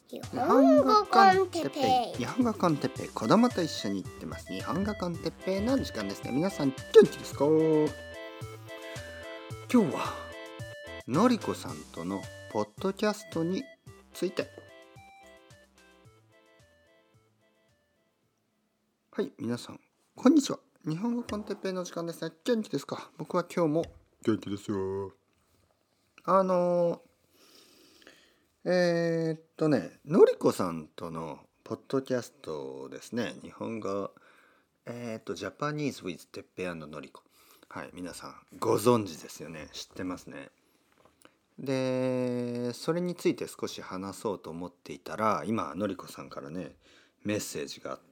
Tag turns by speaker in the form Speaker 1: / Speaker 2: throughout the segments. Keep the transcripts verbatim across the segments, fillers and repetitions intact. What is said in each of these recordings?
Speaker 1: 日本語コンテッペイ
Speaker 2: 日本語コンテッペイ、子供と一緒に行ってます。日本語コンテッペイの時間ですね。皆さん元気ですか？今日はのりこさんとのポッドキャストについて。はい、皆さんこんにちは。日本語コンテッペイの時間ですね。元気ですか？僕は今日も元気ですよ。あのえー、っとねのりこさんとのポッドキャストですね。日本語えー、っとジャパニーズ with てっぺい&のりこ。はい、皆さんご存知ですよね。知ってますね。でそれについて少し話そうと思っていたら、今のりこさんからねメッセージがあって、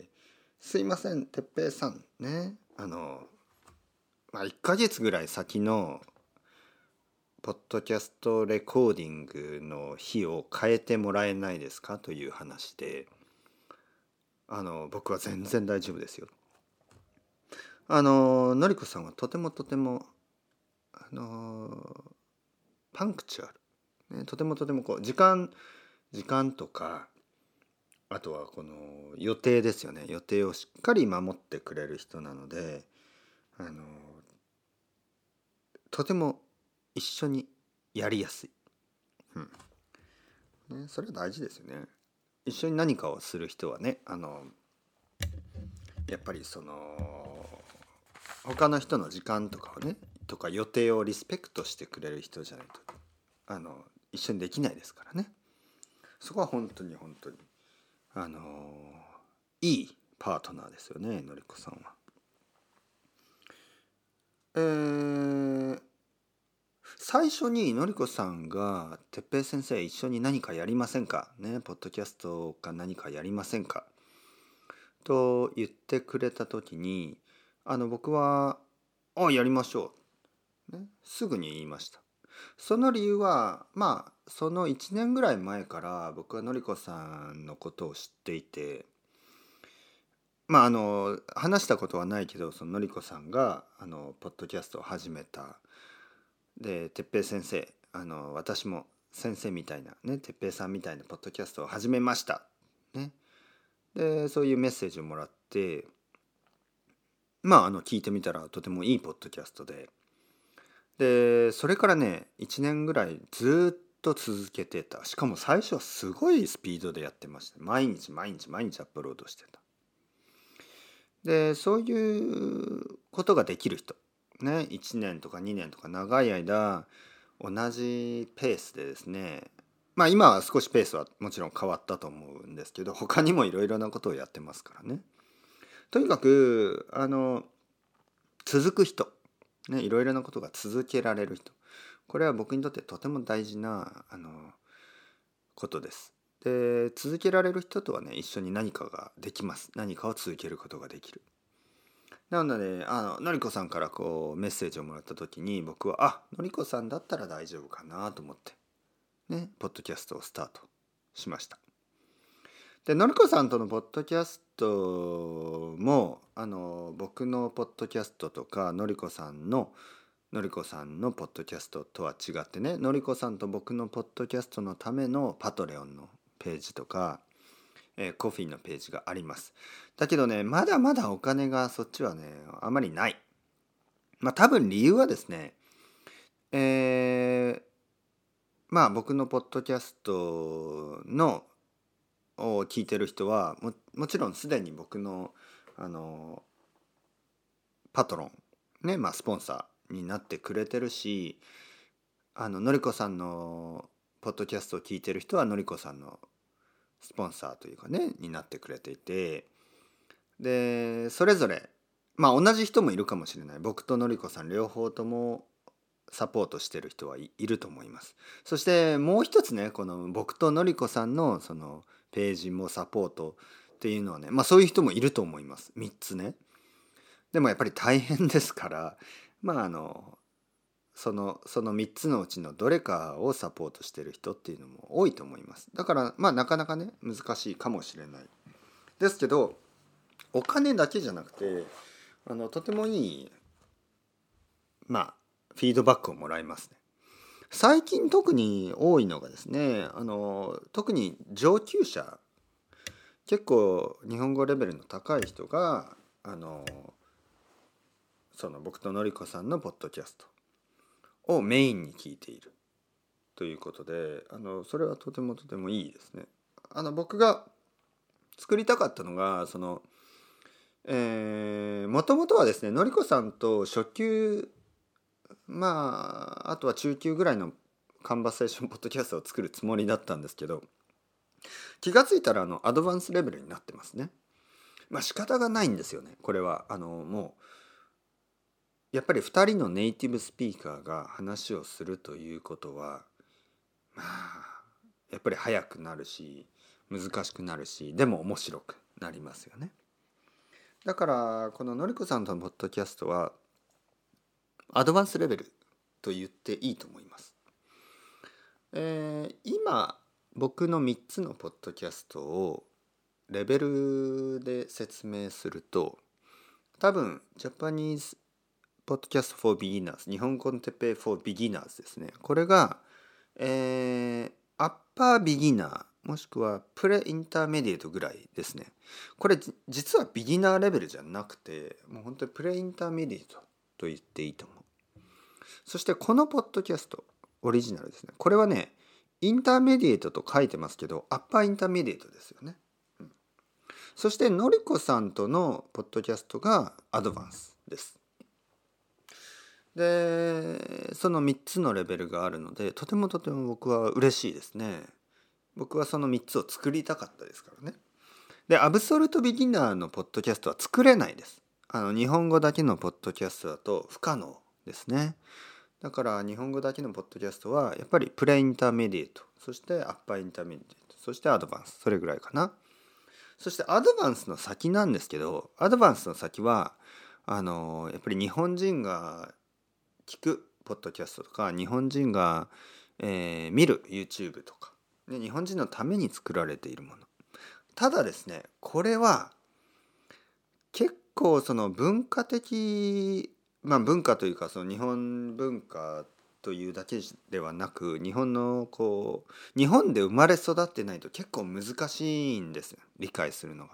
Speaker 2: すいませんてっぺいさんね、あのまあいっかげつぐらい先のポッドキャストレコーディングの日を変えてもらえないですかという話で、あの僕は全然大丈夫ですよ。あののりこさんはとてもとてもあのパンクチュアル、ね、とてもとてもこう時間時間とか、あとはこの予定ですよね。予定をしっかり守ってくれる人なので、あのとても一緒にやりやすい、うんね、それは大事ですよね。一緒に何かをする人はね、あのやっぱりその他の人の時間とかをねとか予定をリスペクトしてくれる人じゃないとあの一緒にできないですからね。そこは本当に本当にあのいいパートナーですよね、のりこさんは。えー、最初にのりこさんが「てっぺい先生一緒に何かやりませんかね、ポッドキャストか何かやりませんか」と言ってくれた時に、あの僕は「あ、やりましょう」ね、すぐに言いました。その理由は、まあそのいちねんぐらい前から僕はのりこさんのことを知っていて、まああの話したことはないけど、そののりこさんがあのポッドキャストを始めた。で、てっぺい先生、あの私も先生みたいなね、てっぺいさんみたいなポッドキャストを始めました。ね。で、そういうメッセージをもらって、まああの聞いてみたらとてもいいポッドキャストで、でそれからねいちねんぐらいずっと続けてた。しかも最初はすごいスピードでやってました。毎日毎日毎日アップロードしてた。でそういうことができる人ね、いちねんとかにねんとか長い間同じペースでですね、まあ今は少しペースはもちろん変わったと思うんですけど、他にもいろいろなことをやってますからね。とにかくあの続く人ね、いろいろなことが続けられる人、これは僕にとってとても大事なあのことです。で続けられる人とはね一緒に何かができます。何かを続けることができる。なので、あののりこさんからこうメッセージをもらった時に、僕はあのりこさんだったら大丈夫かなと思ってね、ポッドキャストをスタートしました。でのりこさんとのポッドキャストも、あの僕のポッドキャストとかのりこさんののりこさんのポッドキャストとは違ってね、のりこさんと僕のポッドキャストのためのパトレオンのページとか、えー、コフィーのページがあります。だけどね、まだまだお金がそっちはねあまりない。まあ多分理由はですね、えー、まあ僕のポッドキャストのを聞いてる人は も, もちろんすでに僕のあのパトロンね、まあスポンサーになってくれてるし、あののりこさんのポッドキャストを聞いてる人はのりこさんのスポンサーというかねになってくれていて、でそれぞれまあ同じ人もいるかもしれない。僕とのりこさん両方ともサポートしてる人はい、いると思います。そしてもう一つね、この僕とのりこさんのそのページもサポートっていうのはね、まあそういう人もいると思います。みっつね。でもやっぱり大変ですから、まああのそのそのみっつのうちのどれかをサポートしてる人っていうのも多いと思います。だからまあなかなかね難しいかもしれないですけど、お金だけじゃなくてあのとてもいいまあフィードバックをもらいますね。 最近特に多いのがですね、あの特に上級者、結構日本語レベルの高い人があのその僕とのりこさんのポッドキャストをメインに聞いているということで、あのそれはとてもとてもいいですね。あの僕が作りたかったのが、そのえー、もともとはですね、のりこさんと初級、まああとは中級ぐらいのカンバセーションポッドキャストを作るつもりだったんですけど、気がついたらあのアドバンスレベルになってますね。まあ仕方がないんですよね。これはあのもうやっぱりふたりのネイティブスピーカーが話をするということは、まあやっぱり早くなるし難しくなるし、でも面白くなりますよね。だからこののりこさんとのポッドキャストはアドバンスレベルと言っていいと思います。えー、今僕のみっつのポッドキャストをレベルで説明すると、多分ジャパニーズポッドキャスト for beginners、 日本コンテッペイ for beginners ですね。これが、えー、アッパービギナーもしくはプレインターメディエートぐらいですね。これ実はビギナーレベルじゃなくて、もう本当にプレインターメディエートと言っていいと思う。そしてこのポッドキャストオリジナルですね。これはね、インターメディエートと書いてますけど、アッパーインターメディエートですよね。うん、そしてのりこさんとのポッドキャストがアドバンスです。で、そのみっつのレベルがあるので、とてもとても僕は嬉しいですね。僕はそのみっつを作りたかったですからね。で、アブソルトビギナーのポッドキャストは作れないです。あの日本語だけのポッドキャストだと不可能ですね。だから日本語だけのポッドキャストはやっぱりプレインターメディエート、そしてアッパーインターメディエート、そしてアドバンス、それぐらいかな。そしてアドバンスの先なんですけど、アドバンスの先はあのやっぱり日本人が聞くポッドキャストとか、日本人が、えー見る YouTube とか、ね、日本人のために作られているもの。ただですね、これは結構その文化的、まあ文化というかその日本文化というだけではなく、日本のこう日本で生まれ育ってないと結構難しいんですよ、理解するのが。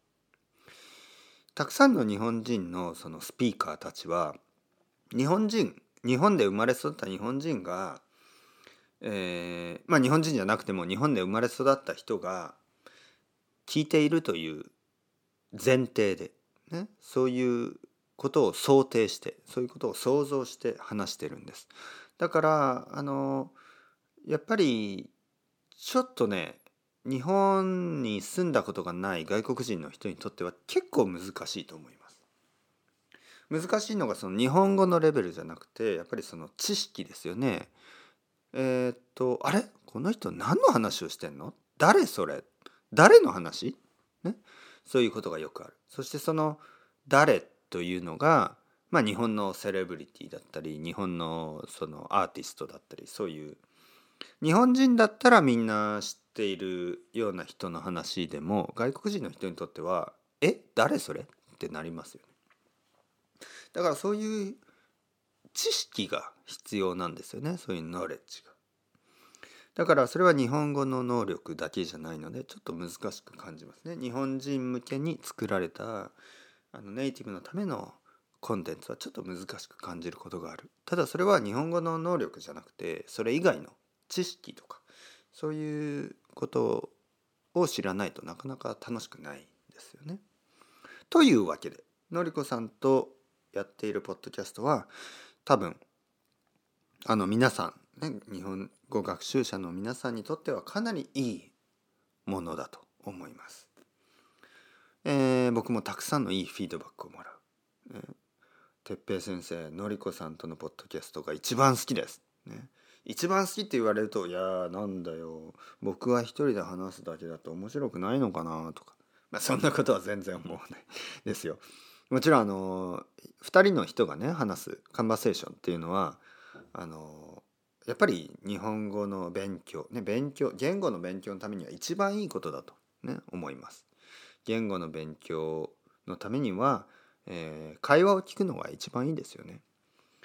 Speaker 2: たくさんの日本人のそのスピーカーたちは、日本人日本で生まれ育った日本人が、えーまあ日本人じゃなくても日本で生まれ育った人が聞いているという前提で、ね、そういうことを想定して、そういうことを想像して話してるんです。だからあのやっぱりちょっとね、日本に住んだことがない外国人の人にとっては結構難しいと思います。難しいのがその日本語のレベルじゃなくて、やっぱりその知識ですよね。えーっとあれこの人何の話をしてんの、誰それ、誰の話、ね、そういうことがよくある。そしてその誰というのが、まあ、日本のセレブリティだったり、日本のそのアーティストだったり、そういう日本人だったらみんな知っているような人の話でも、外国人の人にとってはえ誰それってなりますよね。だからそういう知識が必要なんですよね、そういうノレッジが。だからそれは日本語の能力だけじゃないので、ちょっと難しく感じますね。日本人向けに作られたあのネイティブのためのコンテンツはちょっと難しく感じることがある。ただそれは日本語の能力じゃなくて、それ以外の知識とかそういうことを知らないとなかなか楽しくないですよね。というわけで、のりこさんとやっているポッドキャストは多分あの皆さん、ね、日本語学習者の皆さんにとってはかなりいいものだと思います。えー、僕もたくさんのいいフィードバックをもらう。ね、哲平先生、のりこさんとのポッドキャストが一番好きです。ね、一番好きって言われると、いやーなんだよ、僕は一人で話すだけだと面白くないのかなとか、まあ、そんなことは全然思わないですよ。もちろんあのふたりの人がね話すカンバセーションっていうのはあのやっぱり日本語の勉強、ね、勉強言語の勉強のためには一番いいことだと、ね、思います。言語の勉強のためには、えー会話を聞くのが一番いいですよね。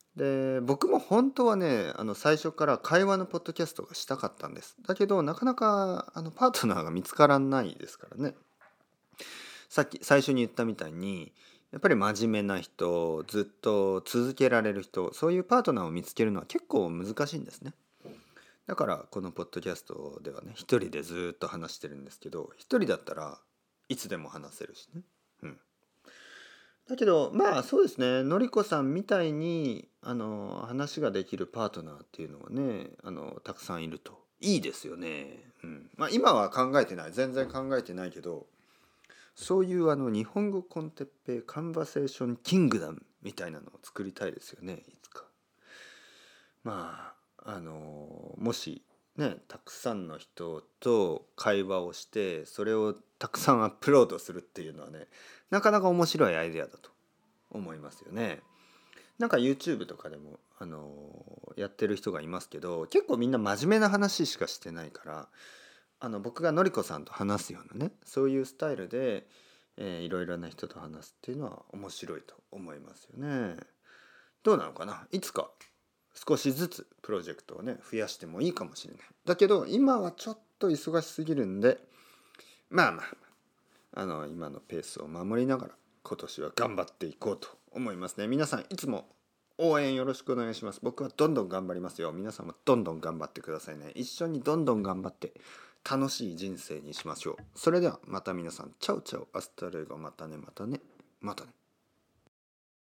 Speaker 2: で僕も本当はねあの最初から会話のポッドキャストがしたかったんです。だけどなかなかあのパートナーが見つからないですからね。さっき最初に言ったみたいにやっぱり真面目な人、ずっと続けられる人、そういうパートナーを見つけるのは結構難しいんですね。だからこのポッドキャストではね一人でずっと話してるんですけど、一人だったらいつでも話せるしね。うん。だけどまあそうですね、のりこさんみたいにあの話ができるパートナーっていうのはねあのたくさんいるといいですよね。うん、まあ今は考えてない、全然考えてないけど、そういうあの日本語コンテッペイカンバセーションキングダムみたいなのを作りたいですよね、いつか。まああのもしねたくさんの人と会話をしてそれをたくさんアップロードするっていうのはねなかなか面白いアイデアだと思いますよね。なんか YouTube とかでもあのやってる人がいますけど、結構みんな真面目な話しかしてないから、あの僕がのりこさんと話すようなねそういうスタイルで、えーいろいろな人と話すっていうのは面白いと思いますよね。どうなのかな、いつか少しずつプロジェクトをね増やしてもいいかもしれない。だけど今はちょっと忙しすぎるんで、まあまああの今のペースを守りながら今年は頑張っていこうと思いますね。皆さんいつも応援よろしくお願いします。僕はどんどん頑張りますよ。皆さんもどんどん頑張ってくださいね。一緒にどんどん頑張って楽しい人生にしましょう。それではまた皆さんチャウチャウアスタレゴ、またねまたねまたね。